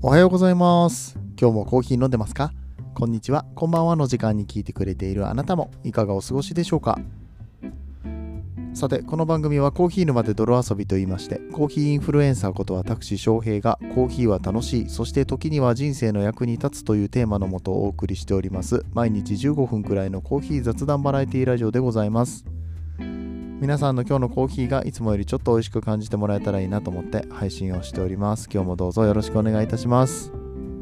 おはようございます。今日もコーヒー飲んでますか？こんにちは、こんばんはの時間に聞いてくれているあなたもいかがお過ごしでしょうか？さて、この番組はコーヒー沼で泥遊びと言いまして、コーヒーインフルエンサーこと私翔平がコーヒーは楽しい、そして時には人生の役に立つというテーマのもとお送りしております毎日15分くらいのコーヒー雑談バラエティラジオでございます。皆さんの今日のコーヒーがいつもよりちょっと美味しく感じてもらえたらいいなと思って配信をしております。今日もどうぞよろしくお願いいたします。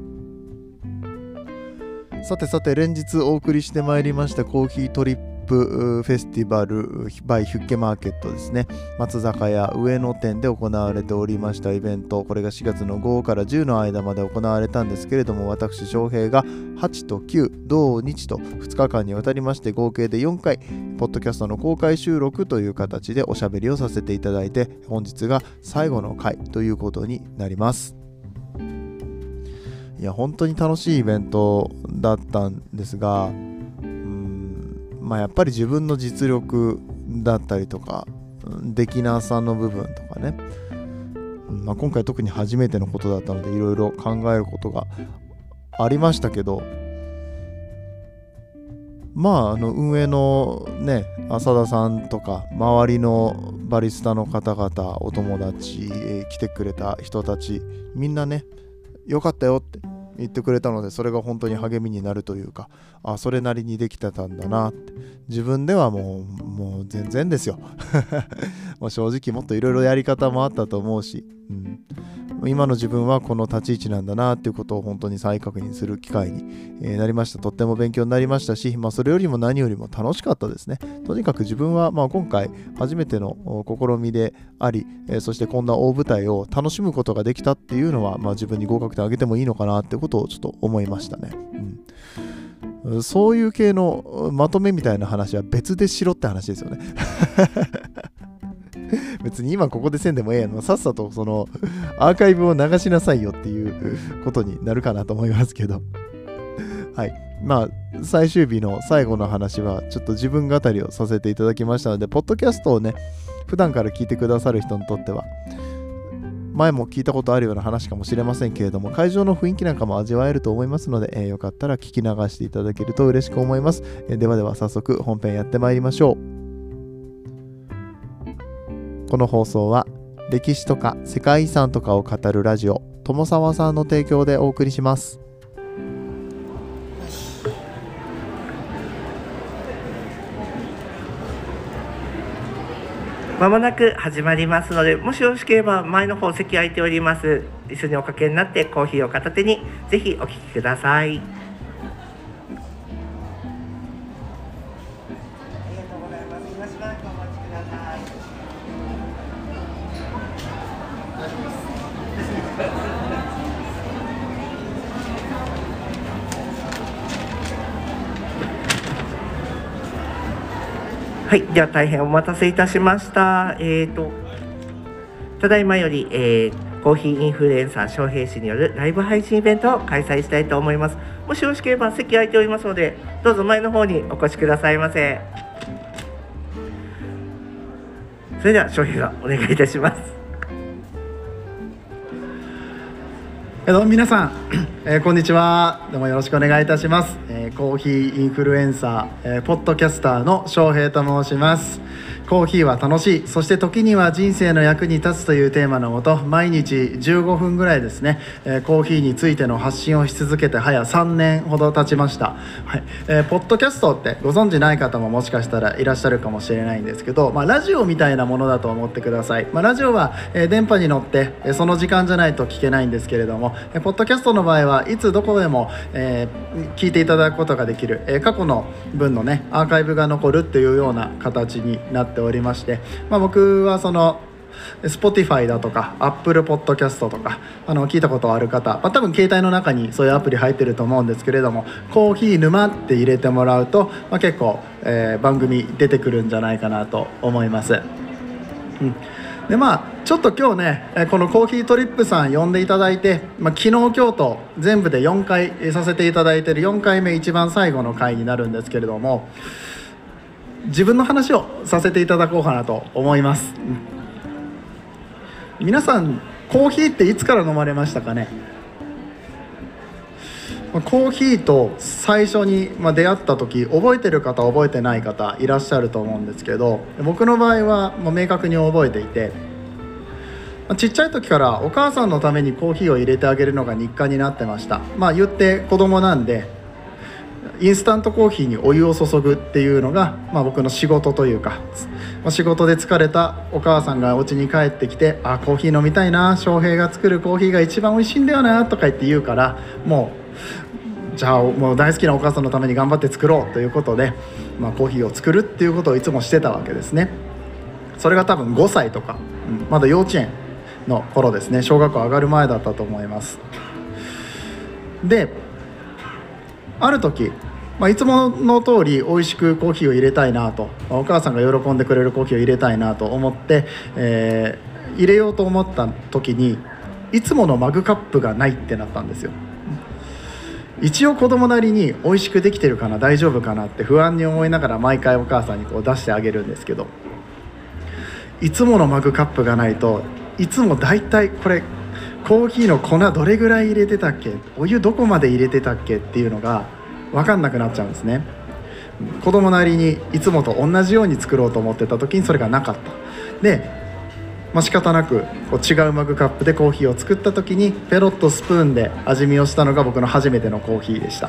さて連日お送りしてまいりましたコーヒートリップフェスティバルバイヒュッケマーケットですね。松坂屋上野店で行われておりましたイベント、これが4月の5から10の間まで行われたんですけれども、私翔平が8と9同日と2日間にわたりまして合計で4回ポッドキャストの公開収録という形でおしゃべりをさせていただいて、本日が最後の回ということになります。いや本当に楽しいイベントだったんですが、やっぱり自分の実力だったりとかできなさの部分とかね、今回特に初めてのことだったのでいろいろ考えることがありましたけど、運営のね浅田さんとか周りのバリスタの方々、お友達、来てくれた人たちみんなねよかったよって言ってくれたので、それが本当に励みになるというか、それなりにできてたんだなって。自分ではもう全然ですよ正直もっといろいろやり方もあったと思うし、今の自分はこの立ち位置なんだなっていうことを本当に再確認する機会になりました。とっても勉強になりましたし、それよりも何よりも楽しかったですね。とにかく自分は今回初めての試みであり、そしてこんな大舞台を楽しむことができたっていうのは、自分に合格点あげてもいいのかなってことをちょっと思いましたね。そういう系のまとめみたいな話は別でしろって話ですよね別に今ここでせんでもええやんの、さっさとそのアーカイブを流しなさいよっていうことになるかなと思いますけどはい、最終日の最後の話はちょっと自分語りをさせていただきましたので、ポッドキャストをね普段から聞いてくださる人にとっては前も聞いたことあるような話かもしれませんけれども、会場の雰囲気なんかも味わえると思いますので、よかったら聞き流していただけると嬉しく思います。では早速本編やってまいりましょう。この放送は歴史とか世界遺産とかを語るラジオ友沢さんの提供でお送りします。 まもなく始まりますので、もしよろしければ前の方席空いております。椅子におかけになってコーヒーを片手にぜひお聞きください。はい、では大変お待たせいたしました。ただいまより、コーヒーインフルエンサー翔平氏によるライブ配信イベントを開催したいと思います。もしよろしければ席空いておりますので、どうぞ前の方にお越しくださいませ。それでは翔平がお願いいたします。 どうも皆さん、こんにちは。どうもよろしくお願いいたします。コーヒーインフルエンサー、ポッドキャスターの翔平と申します。コーヒーは楽しい、そして時には人生の役に立つというテーマのもと、毎日15分ぐらいですね、コーヒーについての発信をし続けて早3年ほど経ちました。ポッドキャストってご存知ない方ももしかしたらいらっしゃるかもしれないんですけど、ラジオみたいなものだと思ってください。ラジオは、電波に乗ってその時間じゃないと聞けないんですけれども、ポッドキャストの場合はいつどこでも、聞いていただくことができる、過去の分のねアーカイブが残るっていうような形になっておりまして、僕はそのSpotify だとか Apple Podcast とか聞いたことある方、多分携帯の中にそういうアプリ入ってると思うんですけれども、コーヒー沼って入れてもらうと、結構、番組出てくるんじゃないかなと思います。でちょっと今日ねこのコーヒートリップさん呼んでいただいて、昨日今日と全部で4回させていただいている4回目一番最後の回になるんですけれども、自分の話をさせていただこうかなと思います。皆さんコーヒーっていつから飲まれましたかね？ コーヒーと最初に出会った時、覚えてる方覚えてない方いらっしゃると思うんですけど、僕の場合はもう明確に覚えていて、ちっちゃい時からお母さんのためにコーヒーを入れてあげるのが日課になってました。言って子供なんでインスタントコーヒーにお湯を注ぐっていうのが、僕の仕事というか、仕事で疲れたお母さんがお家に帰ってきて、コーヒー飲みたいな、翔平が作るコーヒーが一番美味しいんだよなとか言って言うから、じゃあもう大好きなお母さんのために頑張って作ろうということで、コーヒーを作るっていうことをいつもしてたわけですね。それが多分5歳とか、まだ幼稚園の頃ですね。小学校上がる前だったと思います。で、ある時、いつもの通り美味しくコーヒーを入れたいなと、お母さんが喜んでくれるコーヒーを入れたいなと思って、入れようと思った時にいつものマグカップがないってなったんですよ。一応子供なりに美味しくできてるかな、大丈夫かなって不安に思いながら毎回お母さんに出してあげるんですけど、いつものマグカップがないと、いつもだいたいこれコーヒーの粉どれぐらい入れてたっけ、お湯どこまで入れてたっけっていうのが分かんなくなっちゃうんですね。子供なりにいつもと同じように作ろうと思ってた時にそれがなかった。で、仕方なく違うマグカップでコーヒーを作った時にペロッとスプーンで味見をしたのが僕の初めてのコーヒーでした。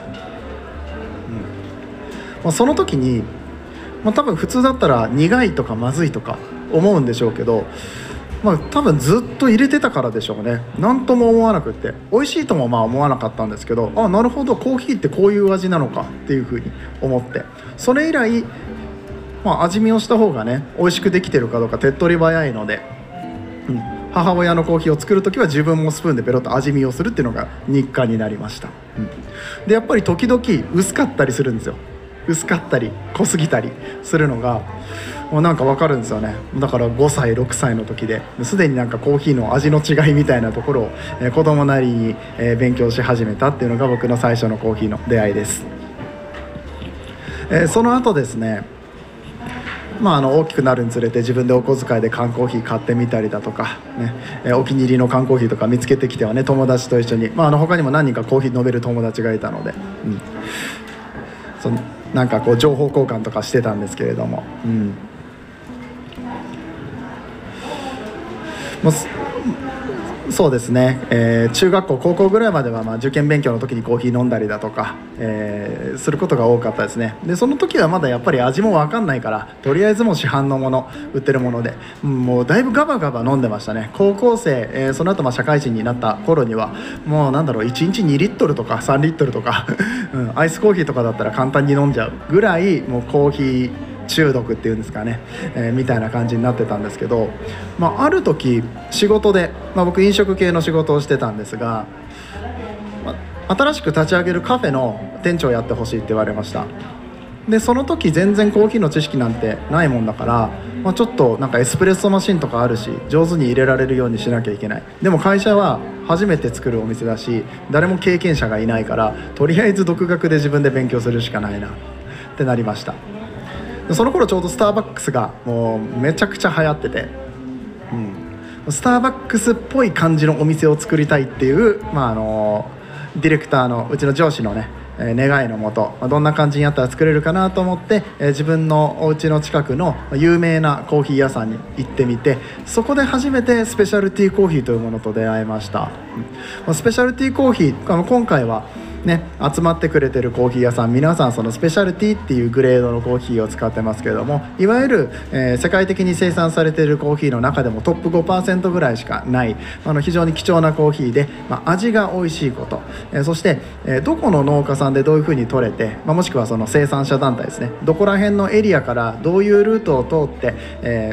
その時に、多分普通だったら苦いとかまずいとか思うんでしょうけど、多分ずっと入れてたからでしょうね。何とも思わなくって、美味しいとも思わなかったんですけど、なるほど、コーヒーってこういう味なのかっていうふうに思って、それ以来、味見をした方がね、美味しくできてるかどうか手っ取り早いので、母親のコーヒーを作るときは自分もスプーンでペロッと味見をするっていうのが日課になりました。で、やっぱり時々薄かったりするんですよ。薄かったり濃すぎたりするのがなんか分かるんですよね。だから5歳6歳の時ですでにコーヒーの味の違いみたいなところを子供なりに勉強し始めたっていうのが僕の最初のコーヒーの出会いです。その後ですね、大きくなるにつれて自分でお小遣いで缶コーヒー買ってみたりだとか、お気に入りの缶コーヒーとか見つけてきてはね、友達と一緒に、他にも何人かコーヒー飲める友達がいたので、情報交換とかしてたんですけれども、そうですね、中学校高校ぐらいまでは受験勉強の時にコーヒー飲んだりだとか、することが多かったですね。でその時はまだやっぱり味も分かんないから、とりあえずもう市販のもの、売ってるもので、もうだいぶガバガバ飲んでましたね。高校生、その後社会人になった頃にはもう1日2リットルとか3リットルとか、アイスコーヒーとかだったら簡単に飲んじゃうぐらい、もうコーヒー中毒っていうんですかね、みたいな感じになってたんですけど、ある時仕事で、僕飲食系の仕事をしてたんですが、新しく立ち上げるカフェの店長をやってほしいって言われました。でその時全然コーヒーの知識なんてないもんだから、ちょっとエスプレッソマシンとかあるし上手に入れられるようにしなきゃいけない。でも会社は初めて作るお店だし、誰も経験者がいないから、とりあえず独学で自分で勉強するしかないなってなりました。その頃ちょうどスターバックスがもうめちゃくちゃ流行ってて、スターバックスっぽい感じのお店を作りたいっていう、ディレクターのうちの上司のね、願いのもと、どんな感じにやったら作れるかなと思って、自分のお家の近くの有名なコーヒー屋さんに行ってみて、そこで初めてスペシャルティーコーヒーというものと出会いました。スペシャルティーコーヒー、今回はね、集まってくれてるコーヒー屋さん皆さんそのスペシャルティーっていうグレードのコーヒーを使ってますけれども、いわゆる、世界的に生産されているコーヒーの中でもトップ 5% ぐらいしかない非常に貴重なコーヒーで、味が美味しいこと、そして、どこの農家さんでどういうふうに取れて、もしくはその生産者団体ですね、どこら辺のエリアからどういうルートを通って、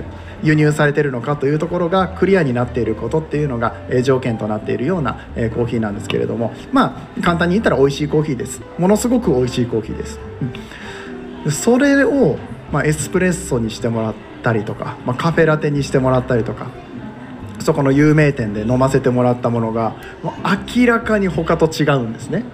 輸入されているのかというところがクリアになっていることっていうのが条件となっているようなコーヒーなんですけれども、簡単に言ったら美味しいコーヒーです。ものすごく美味しいコーヒーです。それをエスプレッソにしてもらったりとか、カフェラテにしてもらったりとか、そこの有名店で飲ませてもらったものが明らかに他と違うんですね。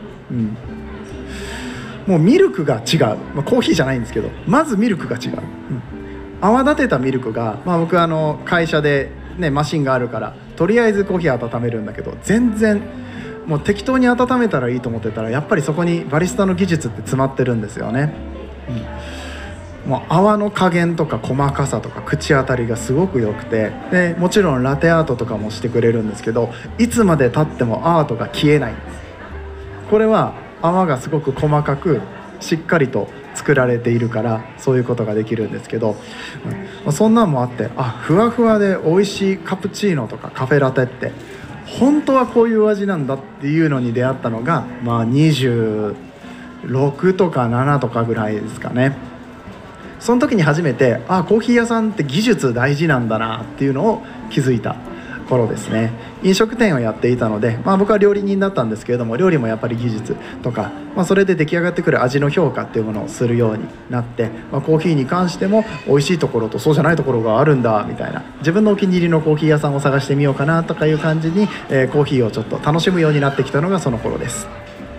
もうミルクが違う、コーヒーじゃないんですけど、まずミルクが違う。泡立てたミルクが、僕会社で、マシンがあるからとりあえずコーヒー温めるんだけど、全然もう適当に温めたらいいと思ってたら、やっぱりそこにバリスタの技術って詰まってるんですよね。もう泡の加減とか細かさとか口当たりがすごく良くて、でもちろんラテアートとかもしてくれるんですけど、いつまで経ってもアートが消えないんです。これは泡がすごく細かくしっかりと作られているからそういうことができるんですけど、そんなんもあって、ふわふわで美味しいカプチーノとかカフェラテって本当はこういう味なんだっていうのに出会ったのが、26とか7とかぐらいですかね。その時に初めてコーヒー屋さんって技術大事なんだなっていうのを気づいた頃ですね。飲食店をやっていたので、僕は料理人だったんですけれども、料理もやっぱり技術とか、それで出来上がってくる味の評価っていうものをするようになって、コーヒーに関しても美味しいところとそうじゃないところがあるんだみたいな、自分のお気に入りのコーヒー屋さんを探してみようかなとかいう感じに、コーヒーをちょっと楽しむようになってきたのがその頃です。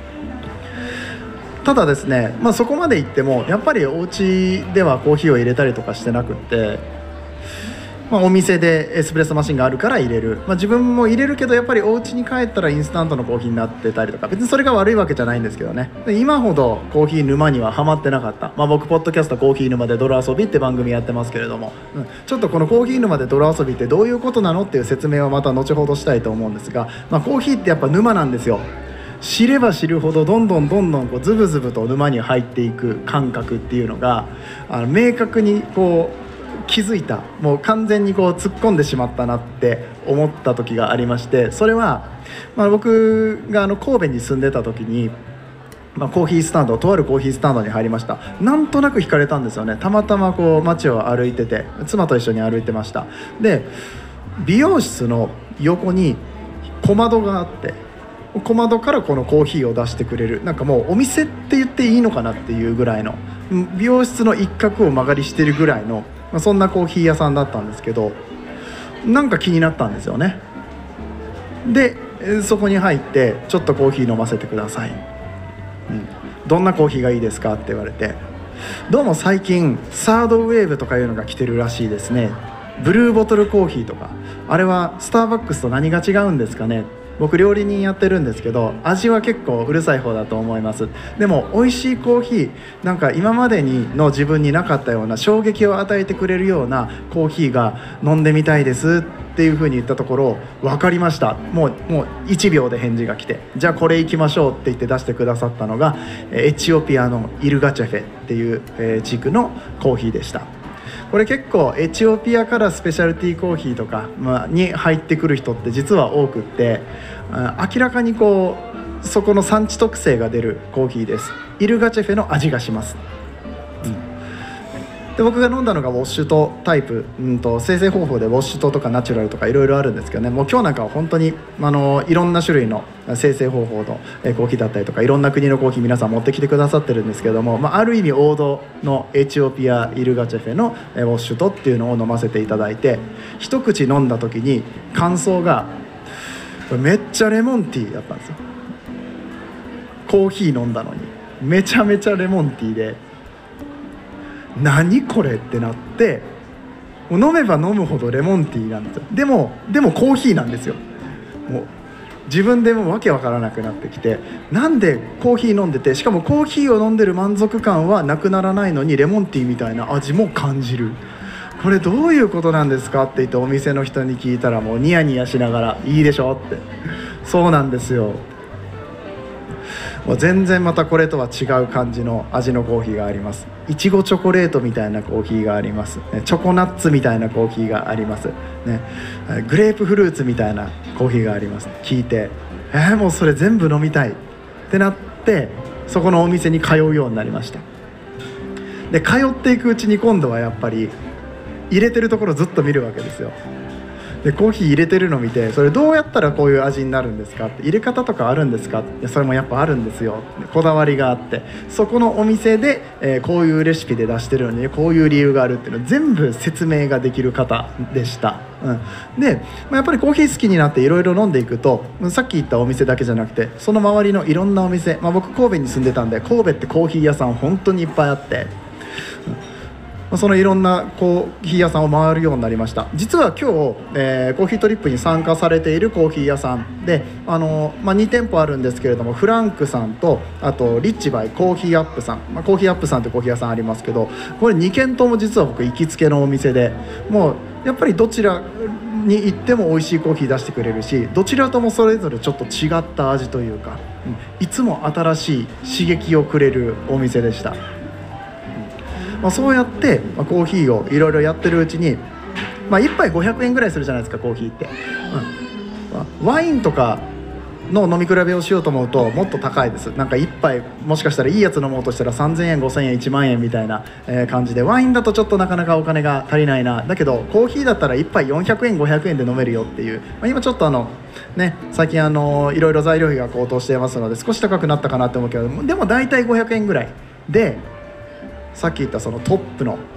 ただですね、そこまで行ってもやっぱりお家ではコーヒーを入れたりとかしてなくって、お店でエスプレッソマシンがあるから入れる、自分も入れるけどやっぱりお家に帰ったらインスタントのコーヒーになってたりとか、別にそれが悪いわけじゃないんですけどね。今ほどコーヒー沼にはハマってなかった、僕ポッドキャストコーヒー沼で泥遊びって番組やってますけれども、ちょっとこのコーヒー沼で泥遊びってどういうことなのっていう説明をまた後ほどしたいと思うんですが、コーヒーってやっぱ沼なんですよ。知れば知るほどどんどんこうズブズブと沼に入っていく感覚っていうのが明確にこう気づいた、もう完全にこう突っ込んでしまったなって思った時がありまして、それは、僕が神戸に住んでた時に、コーヒースタンド、とあるコーヒースタンドに入りました。なんとなく惹かれたんですよね。たまたまこう街を歩いてて、妻と一緒に歩いてました。で美容室の横に小窓があって、小窓からこのコーヒーを出してくれる、なんかもうお店って言っていいのかなっていうぐらいの、美容室の一角を間借りしてるぐらいの、そんなコーヒー屋さんだったんですけど、なんか気になったんですよね。でそこに入ってちょっとコーヒー飲ませてください、どんなコーヒーがいいですかって言われて、どうも最近サードウェーブとかいうのが来てるらしいですね。ブルーボトルコーヒーとか、あれはスターバックスと何が違うんですかね。僕料理人やってるんですけど、味は結構うるさい方だと思います。でも美味しいコーヒー、なんか今までの自分になかったような衝撃を与えてくれるようなコーヒーが飲んでみたいですっていう風に言ったところ、分かりました、もう1秒で返事が来て、じゃあこれ行きましょうって言って出してくださったのがエチオピアのイルガチェフェっていう地区のコーヒーでした。これ結構エチオピアからスペシャルティーコーヒーとかに入ってくる人って実は多くって、明らかにこうそこの産地特性が出るコーヒーです。イルガチェフェの味がします。で僕が飲んだのがウォッシュトタイプ、生成方法でウォッシュトとかナチュラルとかいろいろあるんですけどね、もう今日なんかは本当にいろんな種類の生成方法のコーヒーだったりとか、いろんな国のコーヒー皆さん持ってきてくださってるんですけども、ある意味王道のエチオピアイルガチェフェのウォッシュトっていうのを飲ませていただいて、一口飲んだ時に感想がめっちゃレモンティーだったんですよ。コーヒー飲んだのにめちゃめちゃレモンティーで、何これってなって、もう飲めば飲むほどレモンティーなんですよ。でもコーヒーなんですよ。もう自分でもわけわからなくなってきて、なんでコーヒー飲んでて、しかもコーヒーを飲んでる満足感はなくならないのにレモンティーみたいな味も感じる、これどういうことなんですかって言ってお店の人に聞いたら、もうニヤニヤしながらいいでしょって、そうなんですよ、もう全然またこれとは違う感じの味のコーヒーがあります。いちごチョコレートみたいなコーヒーがあります、チョコナッツみたいなコーヒーがあります、グレープフルーツみたいなコーヒーがあります。聞いてもうそれ全部飲みたいってなって、そこのお店に通うようになりました。で通っていくうちに今度はやっぱり入れてるところずっと見るわけですよ。でコーヒー入れてるの見て、それどうやったらこういう味になるんですかって、入れ方とかあるんですかって、いやそれもやっぱあるんですよ、こだわりがあって、そこのお店で、こういうレシピで出してるのにこういう理由があるっていうのを全部説明ができる方でした、で、やっぱりコーヒー好きになっていろいろ飲んでいくと、さっき言ったお店だけじゃなくてその周りのいろんなお店、僕神戸に住んでたんで、神戸ってコーヒー屋さん本当にいっぱいあって、 そのいろんなコーヒー屋さんを回るようになりました。実は今日、コーヒートリップに参加されているコーヒー屋さんで2店舗あるんですけれども、フランクさんとあとリッチバイコーヒーアップさん、コーヒーアップさんというコーヒー屋さんありますけど、これ2軒とも実は僕行きつけのお店で、もうやっぱりどちらに行っても美味しいコーヒー出してくれるし、どちらともそれぞれちょっと違った味というか、いつも新しい刺激をくれるお店でした。そうやって、コーヒーをいろいろやってるうちに、1杯500円ぐらいするじゃないですか、コーヒーって、ワインとかの飲み比べをしようと思うともっと高いです。なんか1杯もしかしたらいいやつ飲もうとしたら3000円5000円1万円みたいな感じで、ワインだとちょっとなかなかお金が足りないな、だけどコーヒーだったら1杯400円500円で飲めるよっていう、今ちょっと最近いろいろ材料費が高騰していますので少し高くなったかなって思うけど、でも大体500円ぐらいで、さっき言ったそのトップの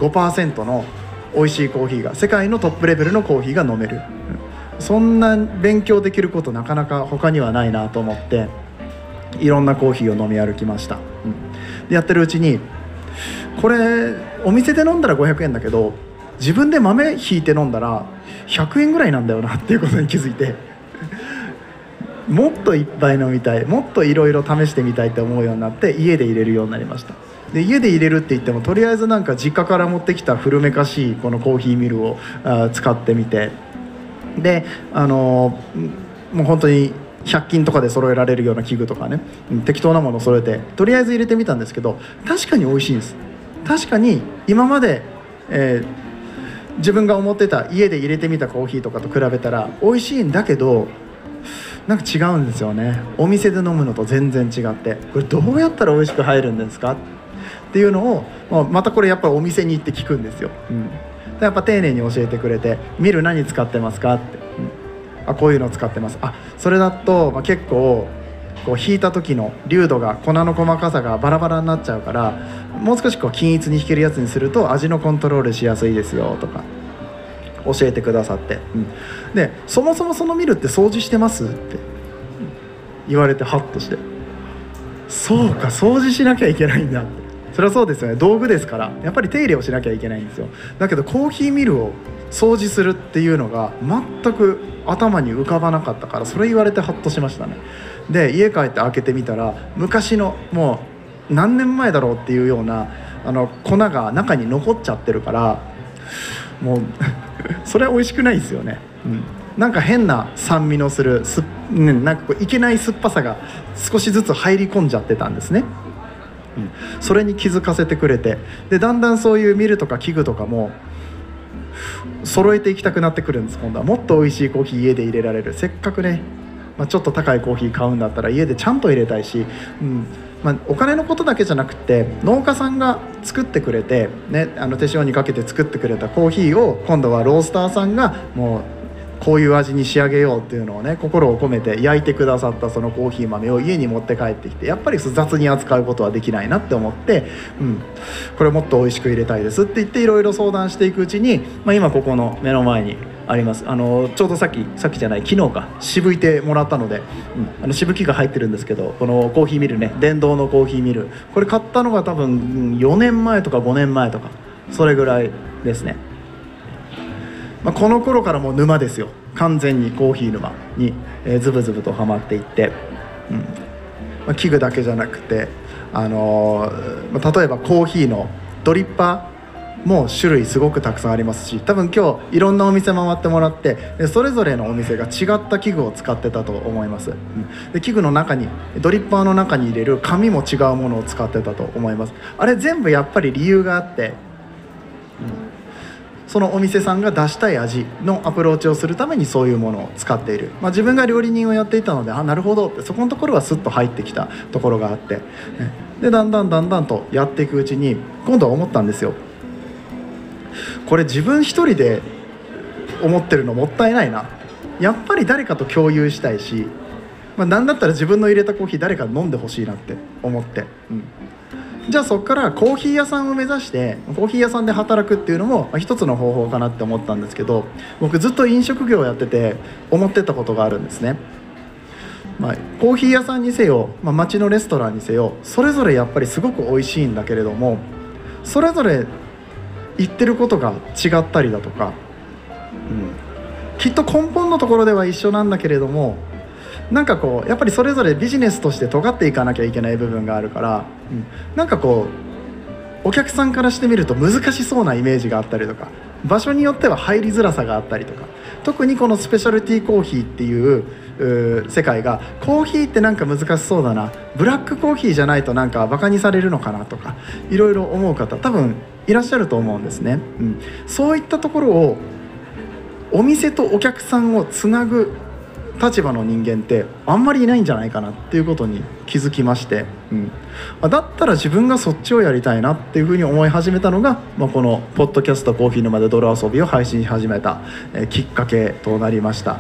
5% の美味しいコーヒーが、世界のトップレベルのコーヒーが飲める、そんな勉強できることなかなか他にはないなと思って、いろんなコーヒーを飲み歩きました。でやってるうちに、これお店で飲んだら500円だけど自分で豆ひいて飲んだら100円ぐらいなんだよなっていうことに気づいてもっといっぱい飲みたい、もっといろいろ試してみたいって思うようになって、家で入れるようになりました。で家で入れるって言っても、とりあえずなんか実家から持ってきた古めかしいこのコーヒーミルを使ってみて、でもう本当に100均とかで揃えられるような器具とかね、適当なものを揃えてとりあえず入れてみたんですけど、確かに美味しいんです。確かに今まで、自分が思ってた家で入れてみたコーヒーとかと比べたら美味しいんだけど、なんか違うんですよね。お店で飲むのと全然違って、これどうやったら美味しく入るんですかっていうのを、またこれやっぱりお店に行って聞くんですよ。やっぱ丁寧に教えてくれて、ミル何使ってますかって、こういうの使ってます。それだと、結構こう引いた時の粒度が、粉の細かさがバラバラになっちゃうから、もう少しこう均一に引けるやつにすると味のコントロールしやすいですよとか教えてくださって、でそもそもそのミルって掃除してますって言われて、ハッとして、そうか掃除しなきゃいけないんだって。それはそうですよね、道具ですからやっぱり手入れをしなきゃいけないんですよ。だけどコーヒーミルを掃除するっていうのが全く頭に浮かばなかったから、それ言われてハッとしましたね。で家帰って開けてみたら、昔のもう何年前だろうっていうような粉が中に残っちゃってるから、もうそれは美味しくないですよね。なんか変な酸味のするなんかこういけない酸っぱさが少しずつ入り込んじゃってたんですね。それに気づかせてくれて、でだんだんそういうミルとか器具とかも揃えていきたくなってくるんです。今度はもっと美味しいコーヒー家で入れられる、せっかくね、ちょっと高いコーヒー買うんだったら家でちゃんと入れたいし、お金のことだけじゃなくて、農家さんが作ってくれて、手塩にかけて作ってくれたコーヒーを今度はロースターさんがもうこういう味に仕上げようっていうのをね、心を込めて焼いてくださったそのコーヒー豆を家に持って帰ってきて、やっぱり雑に扱うことはできないなって思って、これもっと美味しく入れたいですって言っていろいろ相談していくうちに、今ここの目の前にあります、ちょうどさっきじゃない昨日か渋いてもらったので、しぶきが入ってるんですけど、このコーヒーミルね、電動のコーヒーミル、これ買ったのが多分4年前とか5年前とかそれぐらいですね。この頃からもう沼ですよ。完全にコーヒー沼に、ズブズブとハマっていって、器具だけじゃなくて、例えばコーヒーのドリッパーも種類すごくたくさんありますし、多分今日いろんなお店回ってもらって、それぞれのお店が違った器具を使ってたと思います。で器具の中に、ドリッパーの中に入れる紙も違うものを使ってたと思います。あれ全部やっぱり理由があって、そのお店さんが出したい味のアプローチをするためにそういうものを使っている、自分が料理人をやっていたので、なるほどって、そこのところはスッと入ってきたところがあって、でだんだんとやっていくうちに今度は思ったんですよ。これ自分一人で思ってるのもったいないな、やっぱり誰かと共有したいし、なんだったら自分の入れたコーヒー誰か飲んでほしいなって思って、じゃあそこからコーヒー屋さんを目指してコーヒー屋さんで働くっていうのも一つの方法かなって思ったんですけど、僕ずっと飲食業をやってて思ってたことがあるんですね。コーヒー屋さんにせよ、街のレストランにせよ、それぞれやっぱりすごく美味しいんだけれども、それぞれ言ってることが違ったりだとか、きっと根本のところでは一緒なんだけれども、なんかこうやっぱりそれぞれビジネスとして尖っていかなきゃいけない部分があるから、なんかこうお客さんからしてみると難しそうなイメージがあったりとか、場所によっては入りづらさがあったりとか、特にこのスペシャルティーコーヒーっていう世界が、コーヒーってなんか難しそうだな、ブラックコーヒーじゃないとなんかバカにされるのかなとか、いろいろ思う方多分いらっしゃると思うんですね。そういったところをお店とお客さんをつなぐ立場の人間ってあんまりいないんじゃないかなっていうことに気づきまして、だったら自分がそっちをやりたいなっていうふうに思い始めたのが、このポッドキャストコーヒー沼で泥遊びを配信し始めた、きっかけとなりました。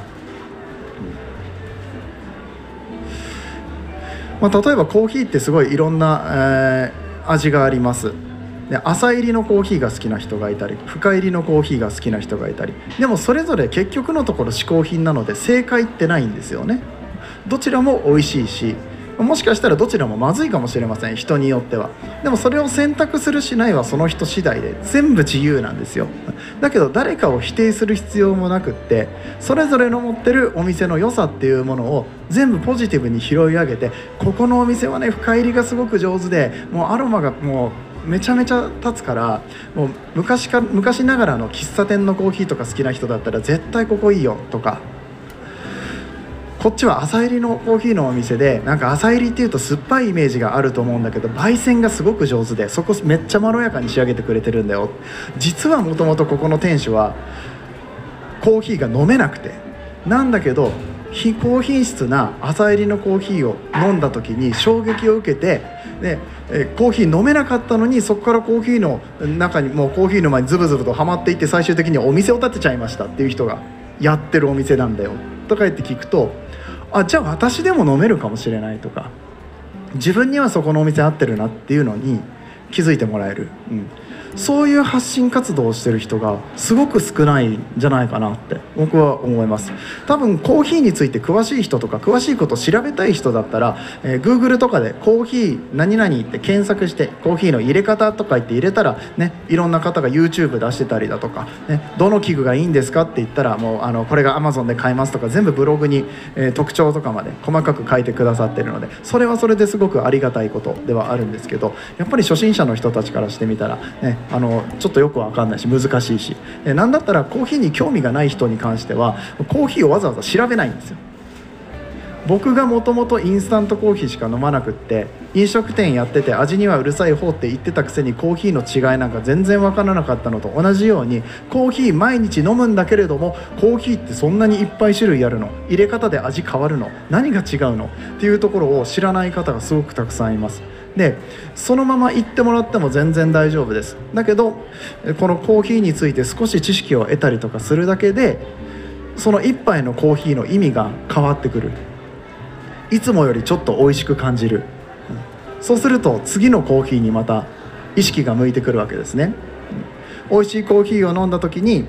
例えばコーヒーってすごいいろんな、味があります。で、浅入りのコーヒーが好きな人がいたり、深入りのコーヒーが好きな人がいたり、でもそれぞれ結局のところ嗜好品なので正解ってないんですよね。どちらも美味しいし、もしかしたらどちらもまずいかもしれません、人によっては。でもそれを選択するしないはその人次第で全部自由なんですよ。だけど誰かを否定する必要もなくって、それぞれの持ってるお店の良さっていうものを全部ポジティブに拾い上げて、ここのお店はね深入りがすごく上手で、もうアロマがもうめちゃめちゃ立つから、もう昔ながらの喫茶店のコーヒーとか好きな人だったら絶対ここいいよとか、こっちは浅入りのコーヒーのお店で、なんか浅入りっていうと酸っぱいイメージがあると思うんだけど、焙煎がすごく上手でそこめっちゃまろやかに仕上げてくれてるんだよ。実はもともとここの店主はコーヒーが飲めなくて、なんだけど非高品質な浅入りのコーヒーを飲んだ時に衝撃を受けて、でコーヒー飲めなかったのに、そこからコーヒーの中にもうコーヒーの前にズブズブとはまっていって、最終的にお店を建てちゃいましたっていう人がやってるお店なんだよとか言って聞くと、じゃあ私でも飲めるかもしれないとか、自分にはそこのお店合ってるなっていうのに気づいてもらえる、そういう発信活動をしてる人がすごく少ないんじゃないかなって僕は思います。多分コーヒーについて詳しい人とか詳しいことを調べたい人だったら、Google とかでコーヒー何々って検索して、コーヒーの入れ方とか言って入れたらね、いろんな方が YouTube 出してたりだとか、どの器具がいいんですかって言ったら、もうこれが Amazon で買えますとか、全部ブログに、特徴とかまで細かく書いてくださってるので、それはそれですごくありがたいことではあるんですけど、やっぱり初心者の人たちからしてみたらね、ちょっとよく分かんないし難しいし、なんだったらコーヒーに興味がない人に関してはコーヒーをわざわざ調べないんですよ。僕がもともとインスタントコーヒーしか飲まなくって、飲食店やってて味にはうるさい方って言ってたくせにコーヒーの違いなんか全然分からなかったのと同じように、コーヒー毎日飲むんだけれども、コーヒーってそんなにいっぱい種類あるの、入れ方で味変わるの、何が違うのっていうところを知らない方がすごくたくさんいます。でそのまま言ってもらっても全然大丈夫です。だけどこのコーヒーについて少し知識を得たりとかするだけで、その一杯のコーヒーの意味が変わってくる。いつもよりちょっと美味しく感じる。そうすると次のコーヒーにまた意識が向いてくるわけですね。美味しいコーヒーを飲んだ時に、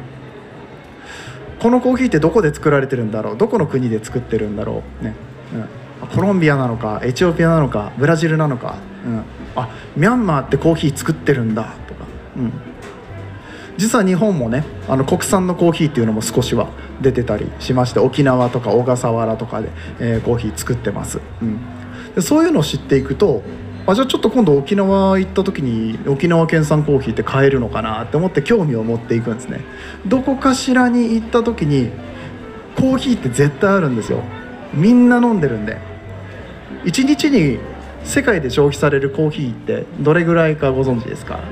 このコーヒーってどこで作られてるんだろう、どこの国で作ってるんだろうね、コロンビアなのかエチオピアなのかブラジルなのか、ミャンマーってコーヒー作ってるんだとか、実は日本もね、国産のコーヒーっていうのも少しは出てたりしまして、沖縄とか小笠原とかで、コーヒー作ってます、でそういうのを知っていくと、じゃあちょっと今度沖縄行った時に沖縄県産コーヒーって買えるのかなって思って興味を持っていくんですね。どこかしらに行った時にコーヒーって絶対あるんですよ。みんな飲んでるんで。1日に世界で消費されるコーヒーってどれぐらいかご存知ですか？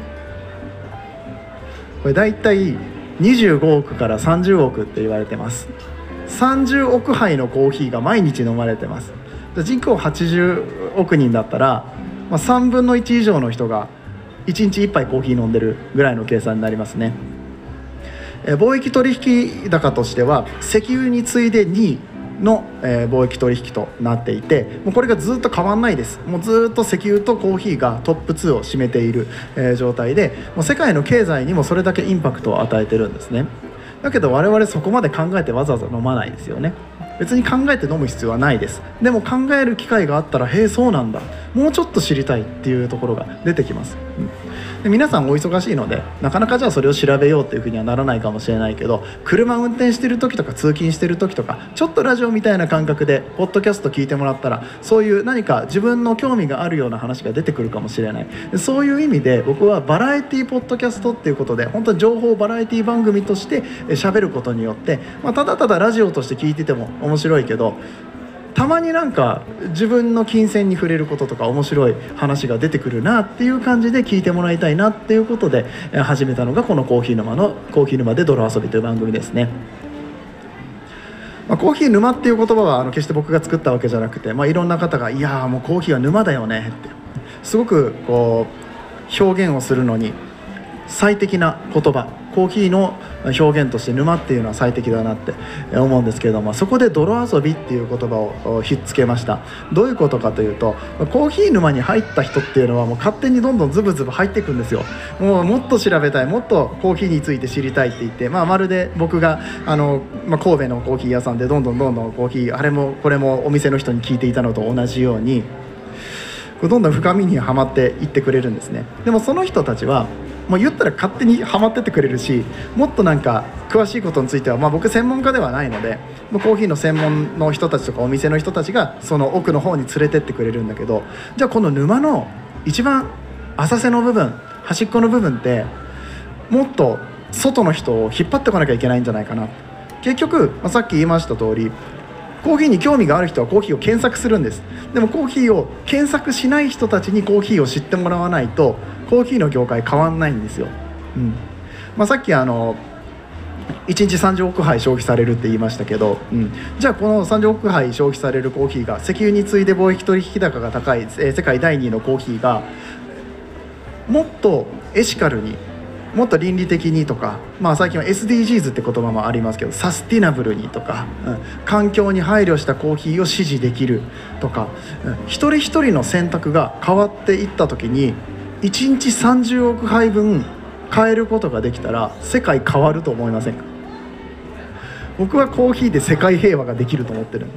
これだいたい25億から30億って言われてます。30億杯のコーヒーが毎日飲まれてます。人口80億人だったら、3分の1以上の人が1日1杯コーヒー飲んでるぐらいの計算になりますね。貿易取引高としては石油に次いで2位の貿易取引となっていて、もうこれがずっと変わんないです。もうずっと石油とコーヒーがトップ2を占めている状態で、もう世界の経済にもそれだけインパクトを与えてるんですね。だけど我々そこまで考えてわざわざ飲まないですよね。別に考えて飲む必要はないです。でも考える機会があったら、へえそうなんだ、もうちょっと知りたいっていうところが出てきます。 で皆さんお忙しいのでなかなかじゃあそれを調べようっていうふうにはならないかもしれないけど、車運転してる時とか通勤してる時とかちょっとラジオみたいな感覚でポッドキャスト聞いてもらったら、そういう何か自分の興味があるような話が出てくるかもしれない。でそういう意味で僕はバラエティポッドキャストっていうことで本当に情報バラエティ番組として喋ることによって、ただただラジオとして聞いてても面白いけど、たまになんか自分の金銭に触れることとか面白い話が出てくるなっていう感じで聞いてもらいたいなっていうことで始めたのがこのコーヒー沼で泥遊びという番組ですね。コーヒー沼っていう言葉は決して僕が作ったわけじゃなくて、いろんな方がいやもうコーヒーは沼だよねってすごくこう表現をするのに最適な言葉、コーヒーの表現として沼っていうのは最適だなって思うんですけれども、そこで泥遊びっていう言葉をひっつけました。どういうことかというと、コーヒー沼に入った人っていうのはもう勝手にどんどんズブズブ入っていくんですよ。もっと調べたい、もっとコーヒーについて知りたいって言って、まるで僕が神戸のコーヒー屋さんでどんどんコーヒーあれもこれもお店の人に聞いていたのと同じようにどんどん深みにはまっていってくれるんですね。でもその人たちはもう言ったら勝手にはまってってくれるし、もっとなんか詳しいことについては、僕専門家ではないのでコーヒーの専門の人たちとかお店の人たちがその奥の方に連れてってくれるんだけど、じゃあこの沼の一番浅瀬の部分、端っこの部分ってもっと外の人を引っ張ってこなきゃいけないんじゃないかな。結局、さっき言いました通りコーヒーに興味がある人はコーヒーを検索するんです。でもコーヒーを検索しない人たちにコーヒーを知ってもらわないとコーヒーの業界変わんないんですよ。さっき1日30億杯消費されるって言いましたけど、じゃあこの30億杯消費されるコーヒーが石油に次いで貿易取引高が高い、世界第2位のコーヒーがもっとエシカルにもっと倫理的にとか、最近は SDGs って言葉もありますけどサスティナブルにとか、環境に配慮したコーヒーを支持できるとか、一人一人の選択が変わっていった時に1日30億杯分変えることができたら世界変わると思いませんか？僕はコーヒーで世界平和ができると思ってるんです。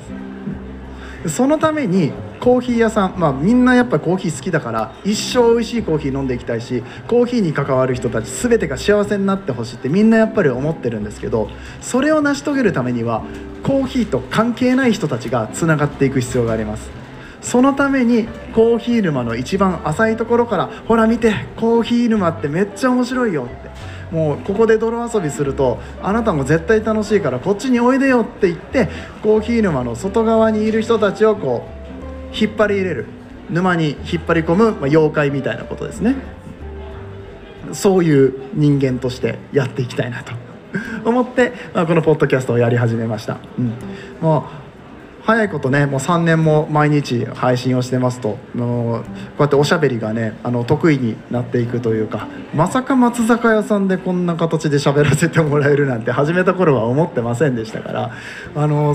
そのためにコーヒー屋さん、みんなやっぱコーヒー好きだから一生美味しいコーヒー飲んでいきたいし、コーヒーに関わる人たち全てが幸せになってほしいってみんなやっぱり思ってるんですけど、それを成し遂げるためにはコーヒーと関係ない人たちがつながっていく必要があります。そのためにコーヒー沼の一番浅いところからほら見てコーヒー沼ってめっちゃ面白いよって、もうここで泥遊びするとあなたも絶対楽しいからこっちにおいでよって言ってコーヒー沼の外側にいる人たちをこう引っ張り入れる、沼に引っ張り込む、妖怪みたいなことですね。そういう人間としてやっていきたいなと思って、このポッドキャストをやり始めました。もう早いことね、もう3年も毎日配信をしてますと、こうやっておしゃべりがね得意になっていくというか、まさか松坂屋さんでこんな形で喋らせてもらえるなんて始めた頃は思ってませんでしたから、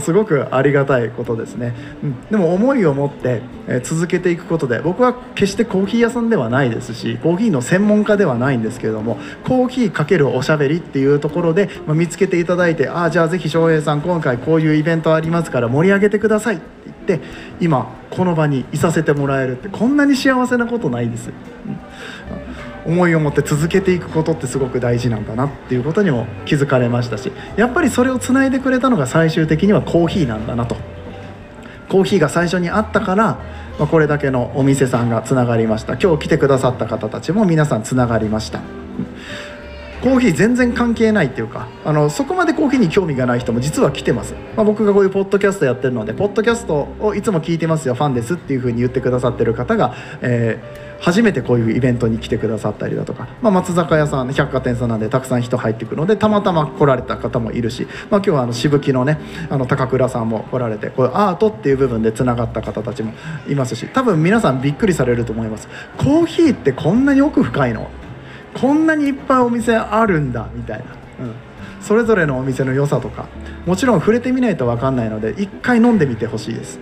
すごくありがたいことですね。でも思いを持って続けていくことで、僕は決してコーヒー屋さんではないですしコーヒーの専門家ではないんですけれども、コーヒー×おしゃべりっていうところで、見つけていただいて、じゃあぜひ翔平さん今回こういうイベントありますから盛り上げてくださいって言って今この場にいさせてもらえるって、こんなに幸せなことないです。思いを持って続けていくことってすごく大事なんだなっていうことにも気づかれましたし、やっぱりそれをつないでくれたのが最終的にはコーヒーなんだなと。コーヒーが最初にあったから、これだけのお店さんがつながりました。今日来てくださった方たちも皆さんつながりました。コーヒー全然関係ないっていうか、そこまでコーヒーに興味がない人も実は来てます。僕がこういうポッドキャストやってるので、ポッドキャストをいつも聞いてますよ、ファンですっていう風に言ってくださってる方が、初めてこういうイベントに来てくださったりだとか、松坂屋さん、百貨店さんなんでたくさん人入ってくるのでたまたま来られた方もいるし、今日はしぶきのね高倉さんも来られて、こういうアートっていう部分でつながった方たちもいますし、多分皆さんびっくりされると思います。コーヒーってこんなに奥深いの、こんなにいっぱいお店あるんだみたいな、それぞれのお店の良さとかもちろん触れてみないと分かんないので一回飲んでみてほしいです。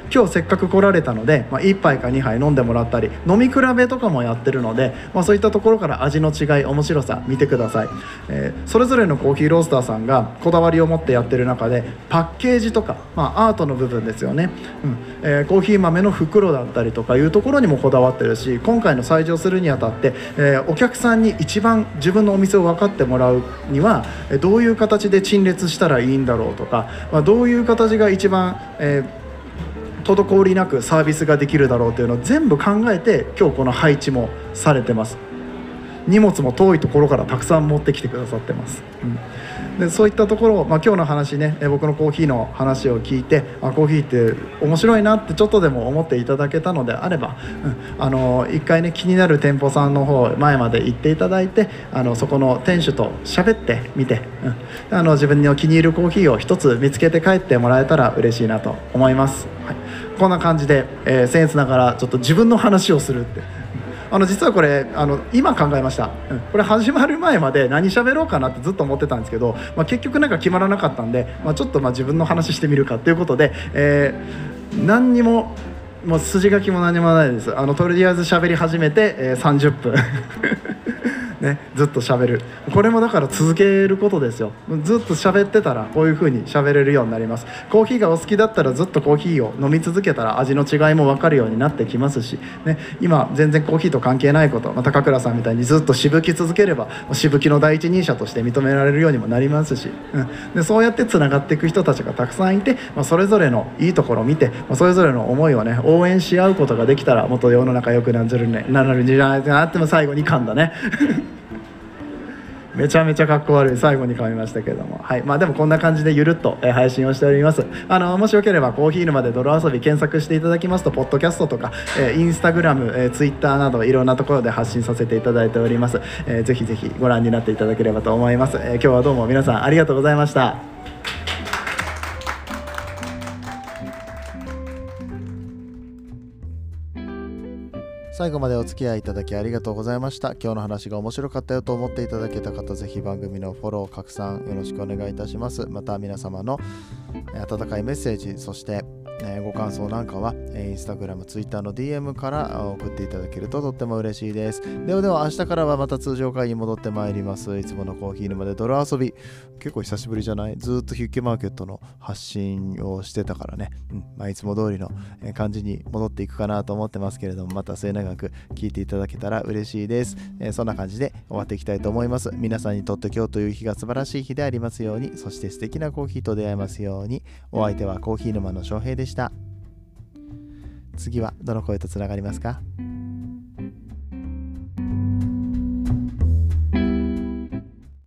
今日せっかく来られたので、1杯か2杯飲んでもらったり、飲み比べとかもやってるので、そういったところから味の違い、面白さ見てください。それぞれのコーヒーロースターさんがこだわりを持ってやってる中で、パッケージとか、アートの部分ですよね、コーヒー豆の袋だったりとかいうところにもこだわってるし、今回の採用するにあたって、お客さんに一番自分のお店を分かってもらうにはどういう形で陳列したらいいんだろうとか、どういう形が一番、滞りなくサービスができるだろうというのを全部考えて今日この配置もされてます。荷物も遠いところからたくさん持ってきてくださってます、でそういったところを、今日の話ね、僕のコーヒーの話を聞いて、コーヒーって面白いなってちょっとでも思っていただけたのであれば、一回ね気になる店舗さんの方前まで行っていただいて、そこの店主と喋ってみて、自分の気に入るコーヒーを一つ見つけて帰ってもらえたら嬉しいなと思います、こんな感じで、僭越ながらちょっと自分の話をするって実はこれ今考えました、これ始まる前まで何喋ろうかなってずっと思ってたんですけど、結局なんか決まらなかったんで、ちょっと自分の話してみるかということで、何にもう筋書きも何もないです。とりあえず喋り始めて、30分ね、ずっと喋る。これもだから続けることですよ。ずっと喋ってたらこういう風に喋れるようになります。コーヒーがお好きだったらずっとコーヒーを飲み続けたら味の違いも分かるようになってきますし、ね、今全然コーヒーと関係ないこと、高倉さんみたいにずっとしぶき続ければしぶきの第一人者として認められるようにもなりますし、でそうやってつながっていく人たちがたくさんいて、それぞれのいいところを見て、それぞれの思いをね応援し合うことができたらもっと世の中良くなるんじゃないかなって。も最後に噛んだねめちゃめちゃかっこ悪い最後に噛みましたけれども、でもこんな感じでゆるっと配信をしております。もしよければコーヒー沼で泥遊び検索していただきますと、ポッドキャストとかインスタグラム、ツイッターなどいろんなところで発信させていただいております。ぜひぜひご覧になっていただければと思います。今日はどうも皆さんありがとうございました。 最後までお付き合いいただきありがとうございました。今日の話が面白かったよと思っていただけた方、ぜひ番組のフォロー、拡散よろしくお願いいたします。また皆様の温かいメッセージ、そしてご感想なんかはインスタグラム、ツイッターの DM から送っていただけるととっても嬉しいです。では明日からはまた通常会に戻ってまいります。いつものコーヒー沼で泥遊び、結構久しぶりじゃない？ずっとヒュッケマーケットの発信をしてたからね、いつも通りの感じに戻っていくかなと思ってますけれども、また末永く聞いていただけたら嬉しいです。そんな感じで終わっていきたいと思います。皆さんにとって今日という日が素晴らしい日でありますように、そして素敵なコーヒーと出会えますように。お相手はコーヒー沼の翔平でした。次はどの声とつながりますか？